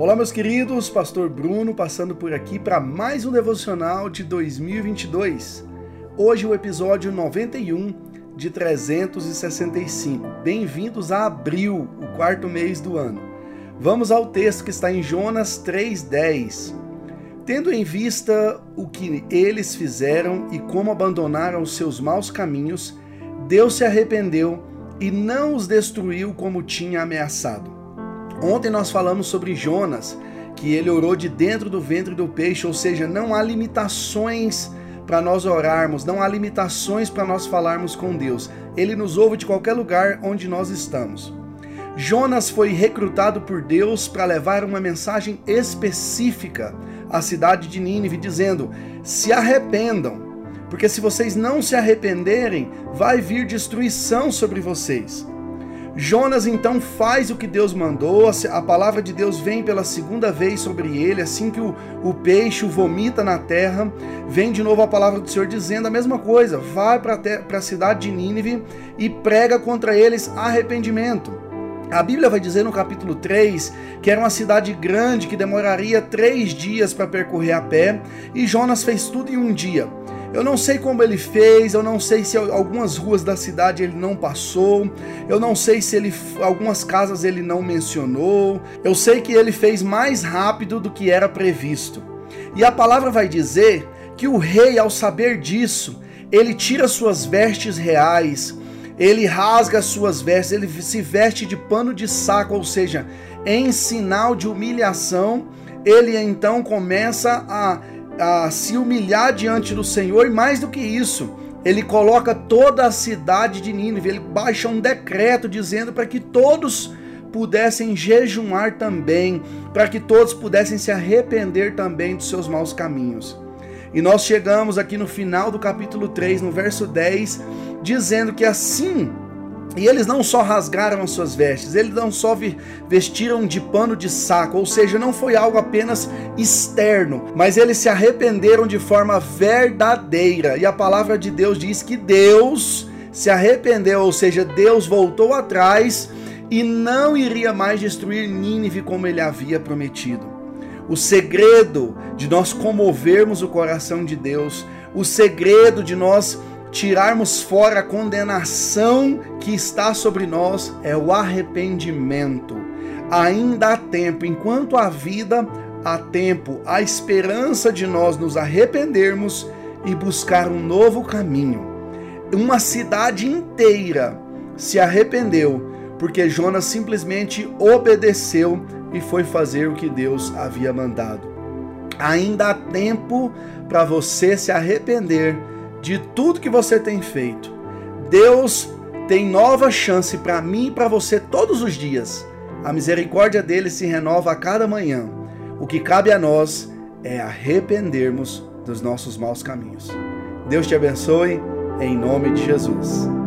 Olá, meus queridos, Pastor Bruno passando por aqui para mais um devocional de 2022. Hoje o episódio 91 de 365. Bem-vindos a abril, o quarto mês do ano. Vamos ao texto que está em Jonas 3:10. Tendo em vista o que eles fizeram e como abandonaram os seus maus caminhos, Deus se arrependeu e não os destruiu como tinha ameaçado. Ontem nós falamos sobre Jonas, que ele orou de dentro do ventre do peixe, ou seja, não há limitações para nós orarmos, não há limitações para nós falarmos com Deus. Ele nos ouve de qualquer lugar onde nós estamos. Jonas foi recrutado por Deus para levar uma mensagem específica à cidade de Nínive, dizendo: se arrependam, porque se vocês não se arrependerem, vai vir destruição sobre vocês. Jonas então faz o que Deus mandou, a palavra de Deus vem pela segunda vez sobre ele, assim que o peixe o vomita na terra, vem de novo a palavra do Senhor dizendo a mesma coisa: vai para a cidade de Nínive e prega contra eles arrependimento. A Bíblia vai dizer no capítulo 3 que era uma cidade grande que demoraria 3 dias para percorrer a pé, e Jonas fez tudo em um dia. Eu não sei como ele fez, eu não sei se algumas ruas da cidade ele não passou, eu não sei se algumas casas ele não mencionou, eu sei que ele fez mais rápido do que era previsto. E a palavra vai dizer que o rei, ao saber disso, ele tira suas vestes reais, ele rasga suas vestes, ele se veste de pano de saco, ou seja, em sinal de humilhação, ele então começa a se humilhar diante do Senhor, e mais do que isso, ele coloca toda a cidade de Nínive, ele baixa um decreto dizendo para que todos pudessem jejuar também, para que todos pudessem se arrepender também dos seus maus caminhos. E nós chegamos aqui no final do capítulo 3, no verso 10, dizendo que assim, e eles não só rasgaram as suas vestes, eles não só vestiram de pano de saco, ou seja, não foi algo apenas externo, mas eles se arrependeram de forma verdadeira. E a palavra de Deus diz que Deus se arrependeu, ou seja, Deus voltou atrás e não iria mais destruir Nínive como ele havia prometido. O segredo de nós comovermos o coração de Deus, o segredo de nós tirarmos fora a condenação que está sobre nós é o arrependimento. Ainda há tempo, enquanto há vida, há tempo, há esperança de nós nos arrependermos e buscar um novo caminho. Uma cidade inteira se arrependeu porque Jonas simplesmente obedeceu e foi fazer o que Deus havia mandado. Ainda há tempo para você se arrepender de tudo que você tem feito. Deus tem nova chance para mim e para você todos os dias. A misericórdia dele se renova a cada manhã. O que cabe a nós é arrependermos dos nossos maus caminhos. Deus te abençoe, em nome de Jesus.